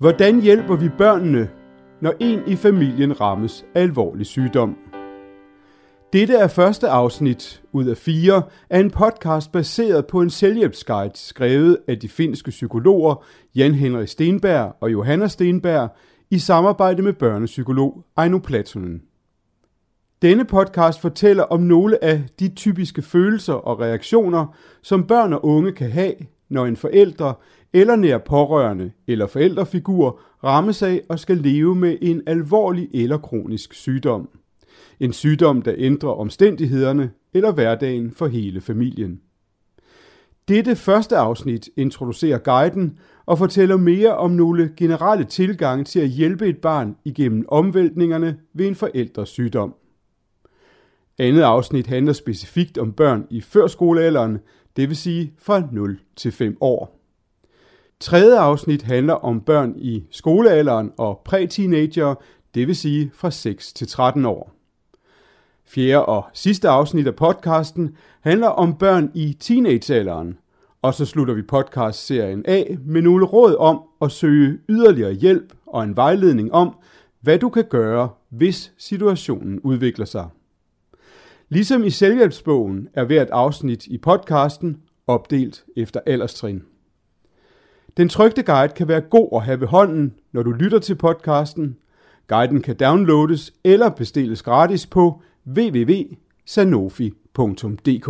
Hvordan hjælper vi børnene, når en i familien rammes af alvorlig sygdom? Dette er første afsnit ud af 4 af en podcast baseret på en selvhjælpsguide skrevet af de finske psykologer Jan Henrik Stenberg og Johanna Stenberg i samarbejde med børnepsykolog Aino Platonen. Denne podcast fortæller om nogle af de typiske følelser og reaktioner, som børn og unge kan have, når en forælder eller nær pårørende eller forældrefigur rammes af og skal leve med en alvorlig eller kronisk sygdom. En sygdom, der ændrer omstændighederne eller hverdagen for hele familien. Dette første afsnit introducerer guiden og fortæller mere om nogle generelle tilgange til at hjælpe et barn igennem omvæltningerne ved en forældres sygdom. Andet afsnit handler specifikt om børn i førskolealderen, det vil sige fra 0 til 5 år. Tredje afsnit handler om børn i skolealderen og præ-teenager, det vil sige fra 6 til 13 år. Fjerde og sidste afsnit af podcasten handler om børn i teenagealderen, og så slutter vi podcastserien af med nogle råd om at søge yderligere hjælp og en vejledning om, hvad du kan gøre, hvis situationen udvikler sig. Ligesom i selvhjælpsbogen er hvert afsnit i podcasten opdelt efter alderstrin. Den trykte guide kan være god at have ved hånden, når du lytter til podcasten. Guiden kan downloades eller bestilles gratis på www.sanofi.dk.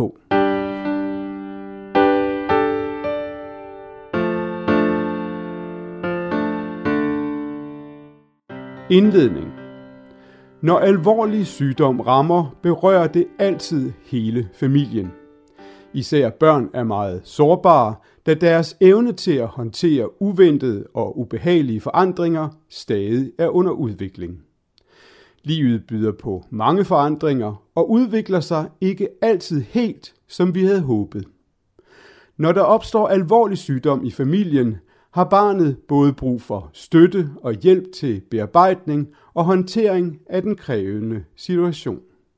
Indledning. Når alvorlig sygdom rammer, berører det altid hele familien. Især børn er meget sårbare, da deres evne til at håndtere uventede og ubehagelige forandringer stadig er under udvikling. Livet byder på mange forandringer og udvikler sig ikke altid helt, som vi havde håbet. Når der opstår alvorlig sygdom i familien, har barnet både brug for støtte og hjælp til bearbejdning og håndtering af den krævende situation.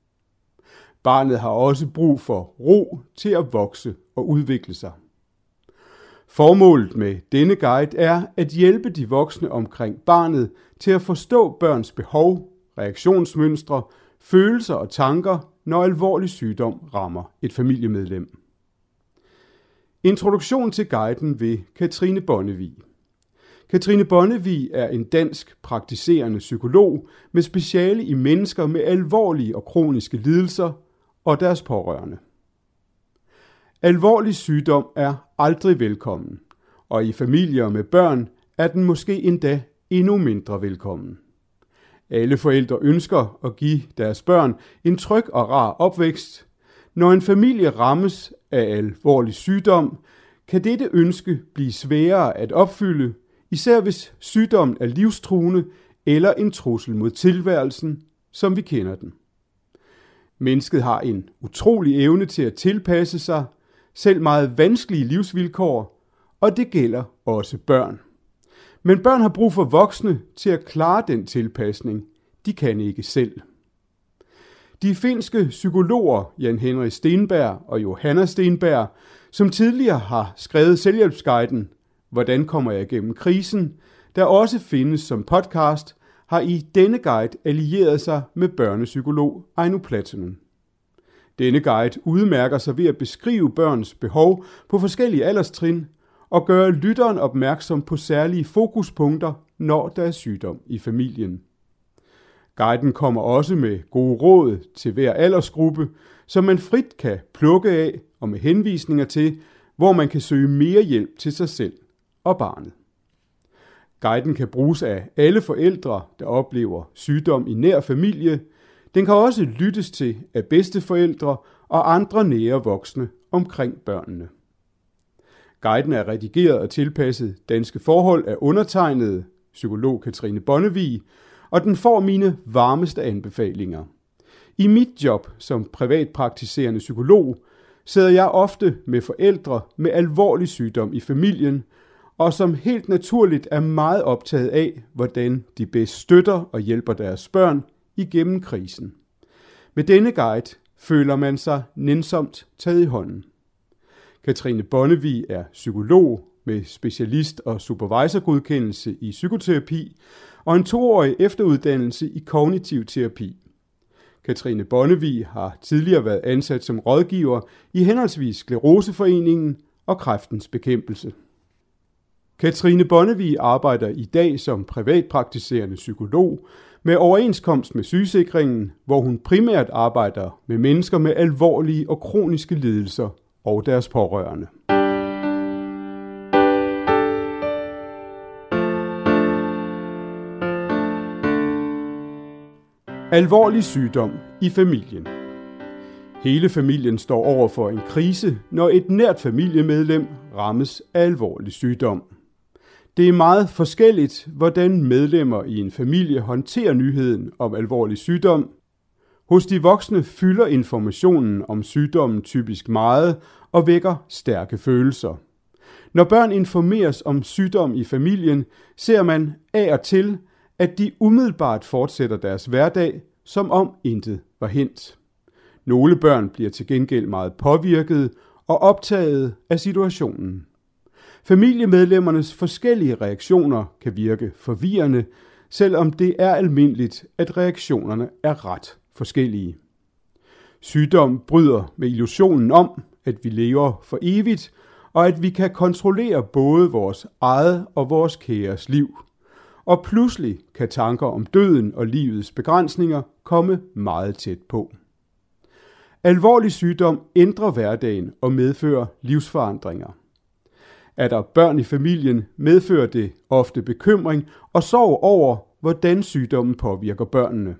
Barnet har også brug for ro til at vokse og udvikle sig. Formålet med denne guide er at hjælpe de voksne omkring barnet til at forstå børns behov, reaktionsmønstre, følelser og tanker, når alvorlig sygdom rammer et familiemedlem. Introduktion til guiden ved Katrine Bonnevie. Katrine Bonnevie er en dansk praktiserende psykolog med speciale i mennesker med alvorlige og kroniske lidelser og deres pårørende. Alvorlig sygdom er aldrig velkommen, og i familier med børn er den måske endda endnu mindre velkommen. Alle forældre ønsker at give deres børn en tryg og rar opvækst. Når en familie rammes af alvorlig sygdom, kan dette ønske blive sværere at opfylde, især hvis sygdommen er livstruende eller en trussel mod tilværelsen, som vi kender den. Mennesket har en utrolig evne til at tilpasse sig, selv meget vanskelige livsvilkår, og det gælder også børn. Men børn har brug for voksne til at klare den tilpasning. De kan ikke selv. De finske psykologer Jan Henrik Stenberg og Johanna Stenberg, som tidligere har skrevet selvhjælpsguiden Hvordan kommer jeg igennem krisen, der også findes som podcast, har i denne guide allieret sig med børnepsykolog Aino Platonen. Denne guide udmærker sig ved at beskrive børns behov på forskellige alderstrin og gøre lytteren opmærksom på særlige fokuspunkter, når der er sygdom i familien. Guiden kommer også med gode råd til hver aldersgruppe, som man frit kan plukke af og med henvisninger til, hvor man kan søge mere hjælp til sig selv og barnet. Guiden kan bruges af alle forældre, der oplever sygdom i nær familie. Den kan også lyttes til af bedsteforældre og andre nære voksne omkring børnene. Guiden er redigeret og tilpasset danske forhold af undertegnede psykolog Katrine Bonnevie, og den får mine varmeste anbefalinger. I mit job som privatpraktiserende psykolog sidder jeg ofte med forældre med alvorlig sygdom i familien, og som helt naturligt er meget optaget af, hvordan de bedst støtter og hjælper deres børn igennem krisen. Med denne guide føler man sig nænsomt taget i hånden. Katrine Bonnevie er psykolog med specialist- og supervisorgodkendelse i psykoterapi og en 2-årig efteruddannelse i kognitiv terapi. Katrine Bonnevie har tidligere været ansat som rådgiver i henholdsvis Skleroseforeningen og Kræftens Bekæmpelse. Katrine Bonnevie arbejder i dag som privatpraktiserende psykolog med overenskomst med sygesikringen, hvor hun primært arbejder med mennesker med alvorlige og kroniske lidelser og deres pårørende. Alvorlig sygdom i familien. Hele familien står over for en krise, når et nært familiemedlem rammes af alvorlig sygdom. Det er meget forskelligt, hvordan medlemmer i en familie håndterer nyheden om alvorlig sygdom. Hos de voksne fylder informationen om sygdommen typisk meget og vækker stærke følelser. Når børn informeres om sygdom i familien, ser man af og til, at de umiddelbart fortsætter deres hverdag, som om intet var hændt. Nogle børn bliver til gengæld meget påvirket og optaget af situationen. Familiemedlemmernes forskellige reaktioner kan virke forvirrende, selvom det er almindeligt, at reaktionerne er ret forskellige. Sygdom bryder med illusionen om, at vi lever for evigt, og at vi kan kontrollere både vores eget og vores kæres liv. Og pludselig kan tanker om døden og livets begrænsninger komme meget tæt på. Alvorlig sygdom ændrer hverdagen og medfører livsforandringer. Er der børn i familien, medfører det ofte bekymring og sorg over, hvordan sygdommen påvirker børnene.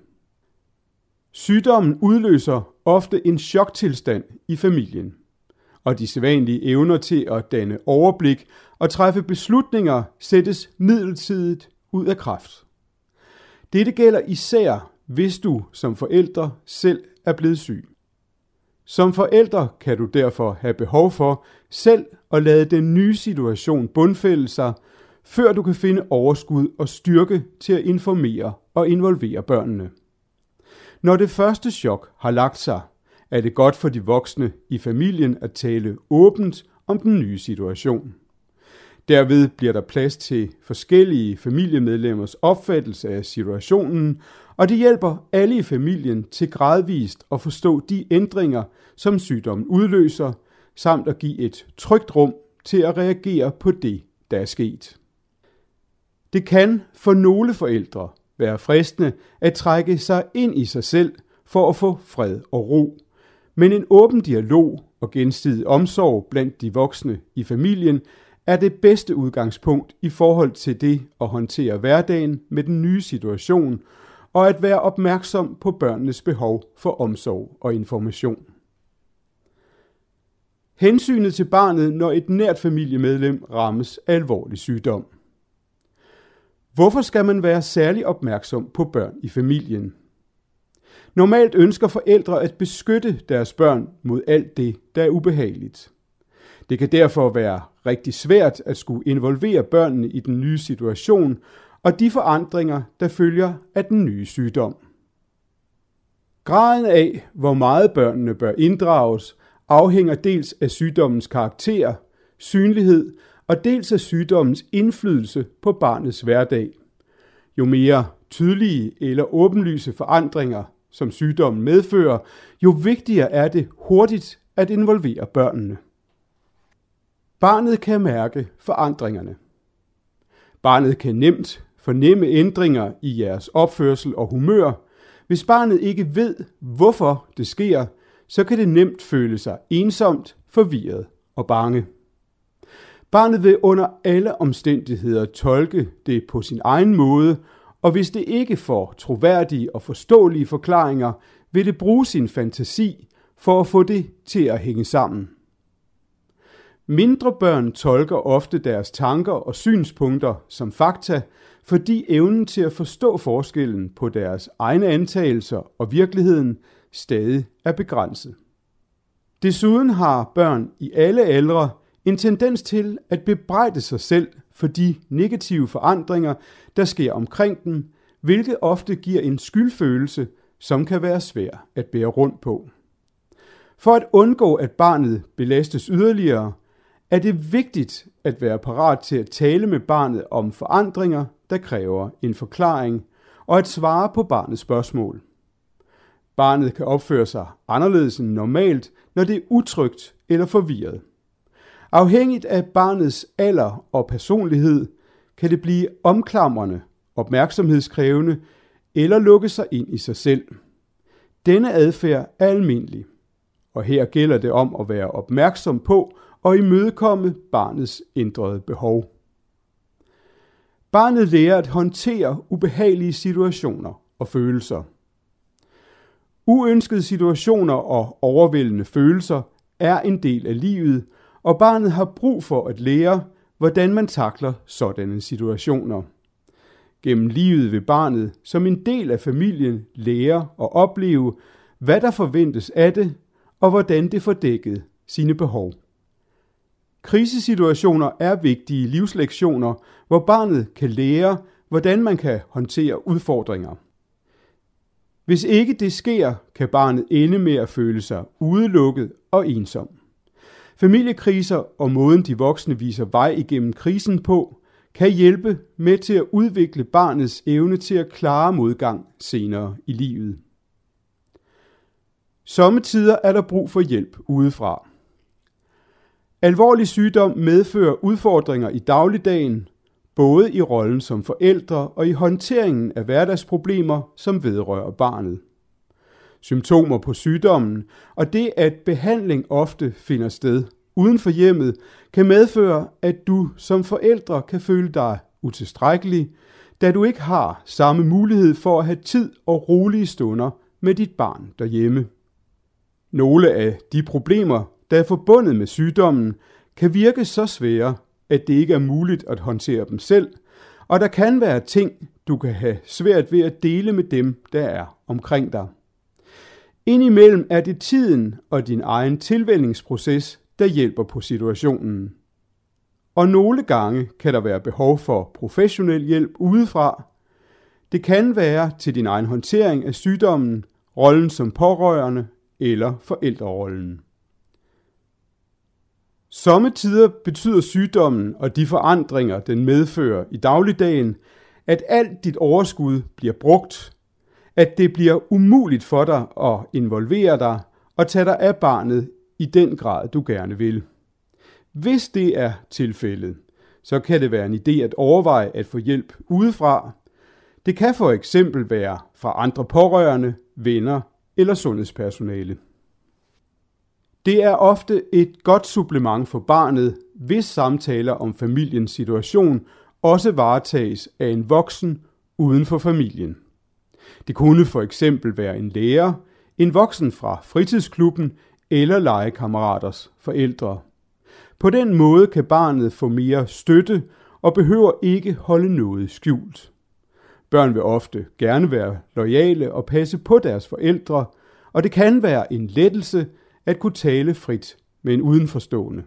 Sygdommen udløser ofte en choktilstand i familien, og de sædvanlige evner til at danne overblik og træffe beslutninger sættes midlertidigt ud af kraft. Dette gælder især, hvis du som forælder selv er blevet syg. Som forælder kan du derfor have behov for selv at lade den nye situation bundfælde sig, før du kan finde overskud og styrke til at informere og involvere børnene. Når det første chok har lagt sig, er det godt for de voksne i familien at tale åbent om den nye situation. Derved bliver der plads til forskellige familiemedlemmers opfattelse af situationen, og det hjælper alle i familien til gradvist at forstå de ændringer, som sygdommen udløser, samt at give et trygt rum til at reagere på det, der er sket. Det kan for nogle forældre være fristende at trække sig ind i sig selv for at få fred og ro, men en åben dialog og gensidig omsorg blandt de voksne i familien er det bedste udgangspunkt i forhold til det at håndtere hverdagen med den nye situation, og at være opmærksom på børnenes behov for omsorg og information. Hensynet til barnet, når et nært familiemedlem rammes af alvorlig sygdom. Hvorfor skal man være særlig opmærksom på børn i familien? Normalt ønsker forældre at beskytte deres børn mod alt det, der er ubehageligt. Det kan derfor være rigtig svært at skulle involvere børnene i den nye situation og de forandringer, der følger af den nye sygdom. Graden af, hvor meget børnene bør inddrages, afhænger dels af sygdommens karakter, synlighed og dels af sygdommens indflydelse på barnets hverdag. Jo mere tydelige eller åbenlyse forandringer, som sygdommen medfører, jo vigtigere er det hurtigt at involvere børnene. Barnet kan mærke forandringerne. Barnet kan nemt fornemme ændringer i jeres opførsel og humør. Hvis barnet ikke ved, hvorfor det sker, så kan det nemt føle sig ensomt, forvirret og bange. Barnet vil under alle omstændigheder tolke det på sin egen måde, og hvis det ikke får troværdige og forståelige forklaringer, vil det bruge sin fantasi for at få det til at hænge sammen. Mindre børn tolker ofte deres tanker og synspunkter som fakta, fordi evnen til at forstå forskellen på deres egne antagelser og virkeligheden stadig er begrænset. Desuden har børn i alle aldre en tendens til at bebrejde sig selv for de negative forandringer, der sker omkring dem, hvilket ofte giver en skyldfølelse, som kan være svær at bære rundt på. For at undgå, at barnet belastes yderligere, er det vigtigt at være parat til at tale med barnet om forandringer, der kræver en forklaring, og at svare på barnets spørgsmål. Barnet kan opføre sig anderledes end normalt, når det er utrygt eller forvirret. Afhængigt af barnets alder og personlighed kan det blive omklamrende, opmærksomhedskrævende eller lukke sig ind i sig selv. Denne adfærd er almindelig, og her gælder det om at være opmærksom på og imødekomme barnets ændrede behov. Barnet lærer at håndtere ubehagelige situationer og følelser. Uønskede situationer og overvældende følelser er en del af livet, og barnet har brug for at lære, hvordan man takler sådanne situationer. Gennem livet vil barnet som en del af familien lære og opleve, hvad der forventes af det, og hvordan det får dækket sine behov. Krisesituationer er vigtige livslektioner, hvor barnet kan lære, hvordan man kan håndtere udfordringer. Hvis ikke det sker, kan barnet ende med at føle sig udelukket og ensom. Familiekriser og måden de voksne viser vej igennem krisen på, kan hjælpe med til at udvikle barnets evne til at klare modgang senere i livet. Somme tider er der brug for hjælp udefra. Alvorlig sygdom medfører udfordringer i dagligdagen, både i rollen som forældre og i håndteringen af hverdagsproblemer, som vedrører barnet. Symptomer på sygdommen og det, at behandling ofte finder sted uden for hjemmet, kan medføre, at du som forældre kan føle dig utilstrækkelig, da du ikke har samme mulighed for at have tid og rolige stunder med dit barn derhjemme. Nogle af de problemer, der er forbundet med sygdommen, kan virke så svære, at det ikke er muligt at håndtere dem selv, og der kan være ting, du kan have svært ved at dele med dem, der er omkring dig. Indimellem er det tiden og din egen tilvænningsproces, der hjælper på situationen. Og nogle gange kan der være behov for professionel hjælp udefra. Det kan være til din egen håndtering af sygdommen, rollen som pårørende eller forældrerollen. Somme tider betyder sygdommen og de forandringer, den medfører i dagligdagen, at alt dit overskud bliver brugt, at det bliver umuligt for dig at involvere dig og tage dig af barnet i den grad, du gerne vil. Hvis det er tilfældet, så kan det være en idé at overveje at få hjælp udefra. Det kan for eksempel være fra andre pårørende, venner eller sundhedspersonale. Det er ofte et godt supplement for barnet, hvis samtaler om familiens situation også varetages af en voksen uden for familien. Det kunne for eksempel være en lærer, en voksen fra fritidsklubben eller legekammeraters forældre. På den måde kan barnet få mere støtte og behøver ikke holde noget skjult. Børn vil ofte gerne være loyale og passe på deres forældre, og det kan være en lettelse at kunne tale frit med en udenforstående.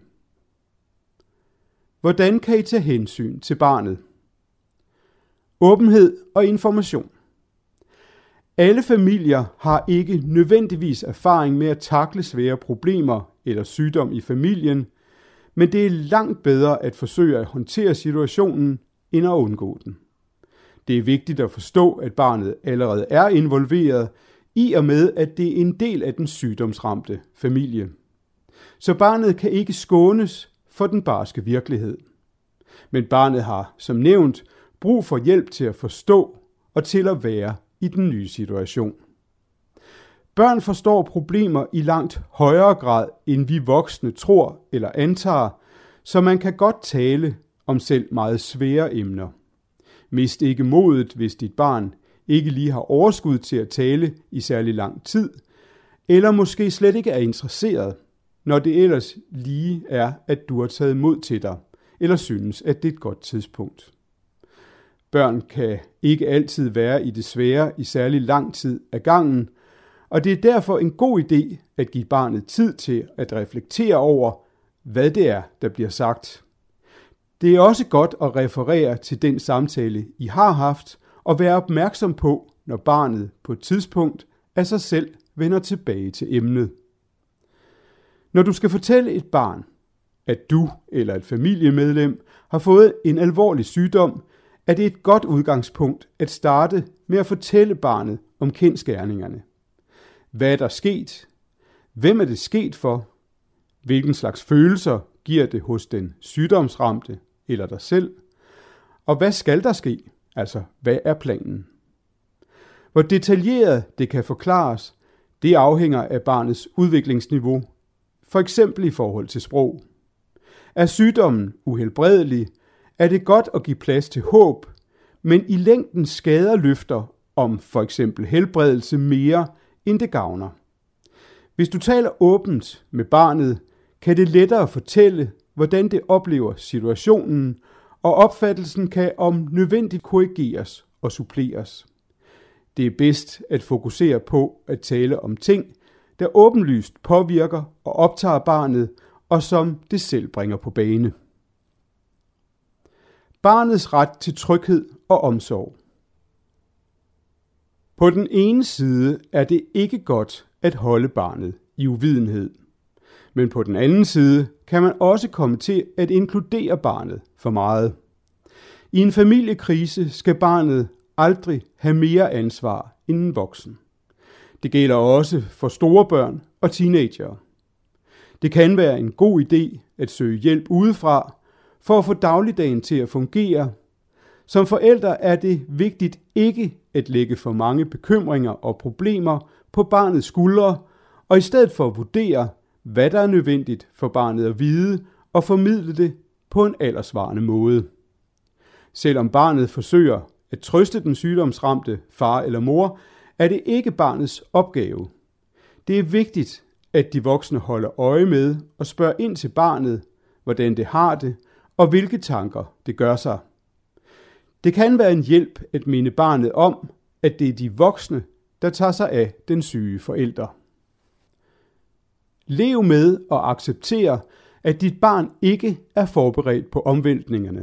Hvordan kan I tage hensyn til barnet? Åbenhed og information. Alle familier har ikke nødvendigvis erfaring med at takle svære problemer eller sygdom i familien, men det er langt bedre at forsøge at håndtere situationen, end at undgå den. Det er vigtigt at forstå, at barnet allerede er involveret, i og med at det er en del af den sygdomsramte familie. Så barnet kan ikke skånes for den barske virkelighed. Men barnet har, som nævnt, brug for hjælp til at forstå og til at være i den nye situation. Børn forstår problemer i langt højere grad, end vi voksne tror eller antager, så man kan godt tale om selv meget svære emner. Mist ikke modet, hvis dit barn ikke lige har overskud til at tale i særlig lang tid, eller måske slet ikke er interesseret, når det ellers lige er, at du har taget mod til dig, eller synes, at det er et godt tidspunkt. Børn kan ikke altid være i det svære i særlig lang tid ad gangen, og det er derfor en god idé at give barnet tid til at reflektere over, hvad det er, der bliver sagt. Det er også godt at referere til den samtale, I har haft, og være opmærksom på, når barnet på et tidspunkt af sig selv vender tilbage til emnet. Når du skal fortælle et barn, at du eller et familiemedlem har fået en alvorlig sygdom, er det et godt udgangspunkt at starte med at fortælle barnet om kendsgerningerne. Hvad er der sket? Hvem er det sket for? Hvilken slags følelser giver det hos den sygdomsramte eller dig selv? Og hvad skal der ske? Altså, hvad er planen? Hvor detaljeret det kan forklares, det afhænger af barnets udviklingsniveau, for eksempel i forhold til sprog. Er sygdommen uhelbredelig, er det godt at give plads til håb, men i længden skader løfter om for eksempel helbredelse mere, end det gavner. Hvis du taler åbent med barnet, kan det lettere fortælle, hvordan det oplever situationen, og opfattelsen kan om nødvendigt korrigeres og suppleres. Det er bedst at fokusere på at tale om ting, der åbenlyst påvirker og optager barnet, og som det selv bringer på bane. Barnets ret til tryghed og omsorg. På den ene side er det ikke godt at holde barnet i uvidenhed. Men på den anden side kan man også komme til at inkludere barnet for meget. I en familiekrise skal barnet aldrig have mere ansvar end en voksen. Det gælder også for store børn og teenagere. Det kan være en god idé at søge hjælp udefra for at få dagligdagen til at fungere. Som forældre er det vigtigt ikke at lægge for mange bekymringer og problemer på barnets skuldre, og i stedet for at vurdere, hvad der er nødvendigt for barnet at vide, og formidle det på en alderssvarende måde. Selvom barnet forsøger at trøste den sygdomsramte far eller mor, er det ikke barnets opgave. Det er vigtigt, at de voksne holder øje med og spørger ind til barnet, hvordan det har det, og hvilke tanker det gør sig. Det kan være en hjælp at minde barnet om, at det er de voksne, der tager sig af den syge forælder. Lev med og accepter, at dit barn ikke er forberedt på omvæltningerne.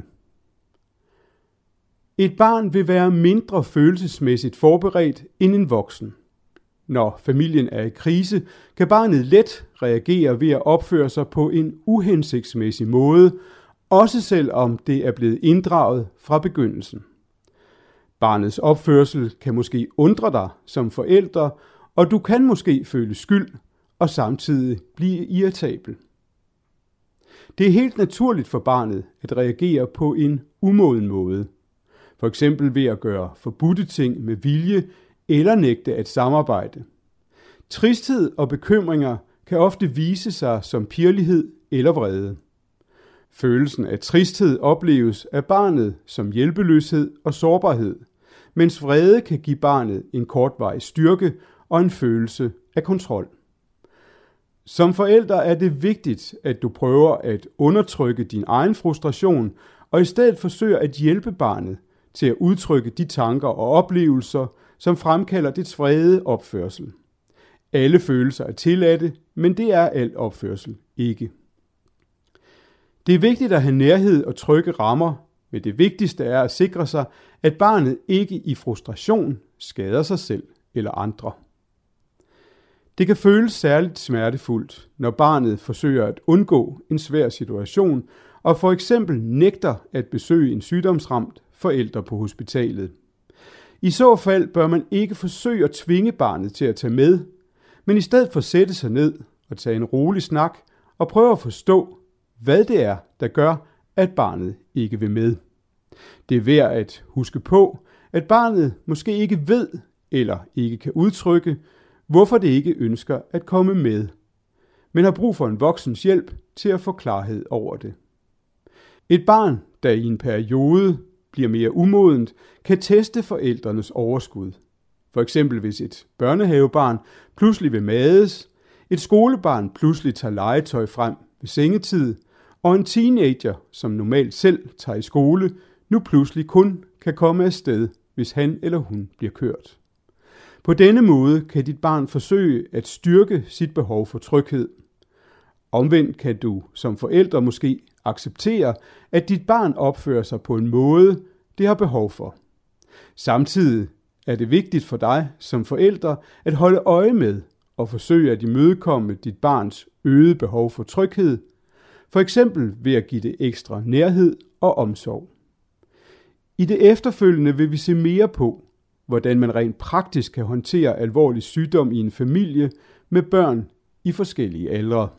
Et barn vil være mindre følelsesmæssigt forberedt end en voksen. Når familien er i krise, kan barnet let reagere ved at opføre sig på en uhensigtsmæssig måde, også selvom det er blevet inddraget fra begyndelsen. Barnets opførsel kan måske undre dig som forælder, og du kan måske føle skyld og samtidig blive irritabel. Det er helt naturligt for barnet at reagere på en umoden måde. For eksempel ved at gøre forbudte ting med vilje eller nægte at samarbejde. Tristhed og bekymringer kan ofte vise sig som pirlighed eller vrede. Følelsen af tristhed opleves af barnet som hjælpeløshed og sårbarhed, mens vrede kan give barnet en kortvarig styrke og en følelse af kontrol. Som forælder er det vigtigt, at du prøver at undertrykke din egen frustration, og i stedet forsøger at hjælpe barnet til at udtrykke de tanker og oplevelser, som fremkalder dets vrede opførsel. Alle følelser er tilladte, men det er al opførsel ikke. Det er vigtigt at have nærhed og trygge rammer, men det vigtigste er at sikre sig, at barnet ikke i frustration skader sig selv eller andre. Det kan føles særligt smertefuldt, når barnet forsøger at undgå en svær situation, og for eksempel nægter at besøge en sygdomsramt forælder på hospitalet. I så fald bør man ikke forsøge at tvinge barnet til at tage med, men i stedet for sætte sig ned og tage en rolig snak og prøve at forstå, hvad det er, der gør, at barnet ikke vil med. Det er værd at huske på, at barnet måske ikke ved eller ikke kan udtrykke, hvorfor det ikke ønsker at komme med, men har brug for en voksens hjælp til at få klarhed over det. Et barn, der i en periode bliver mere umodent, kan teste forældrenes overskud. For eksempel hvis et børnehavebarn pludselig vil mades, et skolebarn pludselig tager legetøj frem ved sengetid, og en teenager, som normalt selv tager i skole, nu pludselig kun kan komme afsted, hvis han eller hun bliver kørt. På denne måde kan dit barn forsøge at styrke sit behov for tryghed. Omvendt kan du som forælder måske acceptere, at dit barn opfører sig på en måde, det har behov for. Samtidig er det vigtigt for dig som forælder at holde øje med og forsøge at imødekomme dit barns øgede behov for tryghed, for eksempel ved at give det ekstra nærhed og omsorg. I det efterfølgende vil vi se mere på, hvordan man rent praktisk kan håndtere alvorlig sygdom i en familie med børn i forskellige aldre.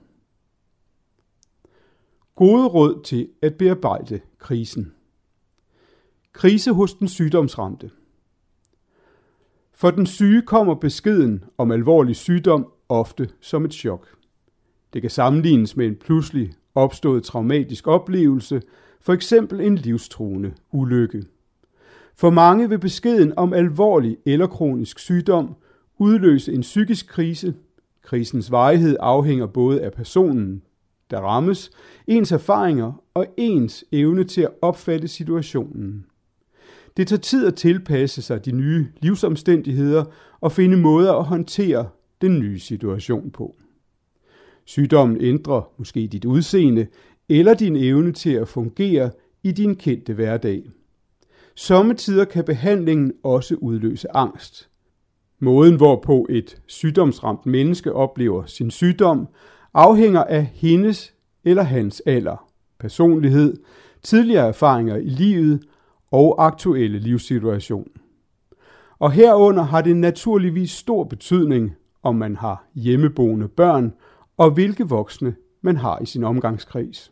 Gode råd til at bearbejde krisen. Krise hos den sygdomsramte. For den syge kommer beskeden om alvorlig sygdom ofte som et chok. Det kan sammenlignes med en pludselig opstået traumatisk oplevelse, for eksempel en livstruende ulykke. For mange vil beskeden om alvorlig eller kronisk sygdom udløse en psykisk krise. Krisens varighed afhænger både af personen, der rammes, ens erfaringer og ens evne til at opfatte situationen. Det tager tid at tilpasse sig de nye livsomstændigheder og finde måder at håndtere den nye situation på. Sygdommen ændrer måske dit udseende eller din evne til at fungere i din kendte hverdag. Sommetider kan behandlingen også udløse angst. Måden, hvorpå et sygdomsramt menneske oplever sin sygdom, afhænger af hendes eller hans alder, personlighed, tidligere erfaringer i livet og aktuelle livssituation. Og herunder har det naturligvis stor betydning, om man har hjemmeboende børn og hvilke voksne man har i sin omgangskreds.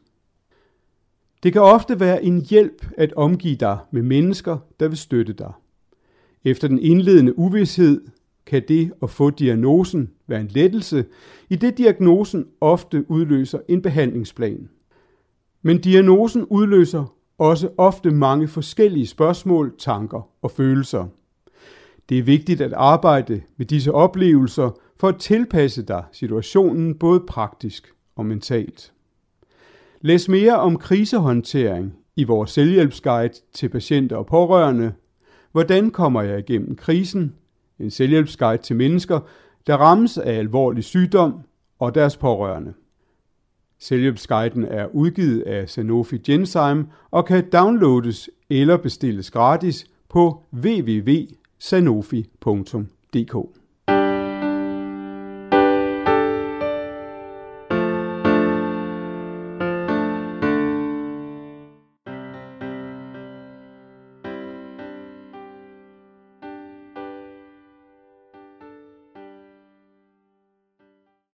Det kan ofte være en hjælp at omgive dig med mennesker, der vil støtte dig. Efter den indledende uvished kan det at få diagnosen være en lettelse, i det diagnosen ofte udløser en behandlingsplan. Men diagnosen udløser også ofte mange forskellige spørgsmål, tanker og følelser. Det er vigtigt at arbejde med disse oplevelser for at tilpasse dig situationen både praktisk og mentalt. Læs mere om krisehåndtering i vores selvhjælpsguide til patienter og pårørende. Hvordan kommer jeg igennem krisen? En selvhjælpsguide til mennesker, der rammes af alvorlig sygdom og deres pårørende. Selvhjælpsguiden er udgivet af Sanofi Genzyme og kan downloades eller bestilles gratis på www.sanofi.dk.